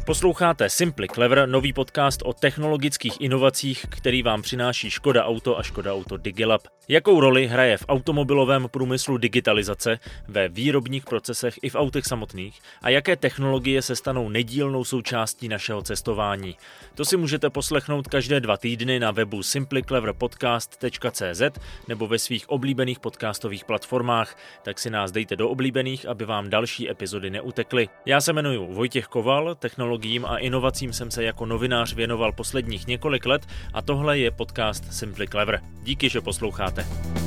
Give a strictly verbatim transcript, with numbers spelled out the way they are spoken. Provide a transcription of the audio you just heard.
Posloucháte Simply Clever, nový podcast o technologických inovacích, který vám přináší Škoda Auto a Škoda Auto Digilab. Jakou roli hraje v automobilovém průmyslu digitalizace, ve výrobních procesech i v autech samotných a jaké technologie se stanou nedílnou součástí našeho cestování. To si můžete poslechnout každé dva týdny na webu simply clever podcast tečka cé zet nebo ve svých oblíbených podcastových platformách, tak si nás dejte do oblíbených, aby vám další epizody neutekly. Já se jmenuji Vojtěch Koval, technologiím a inovacím jsem se jako novinář věnoval posledních několik let a tohle je podcast Simply Clever. Díky, že posloucháte.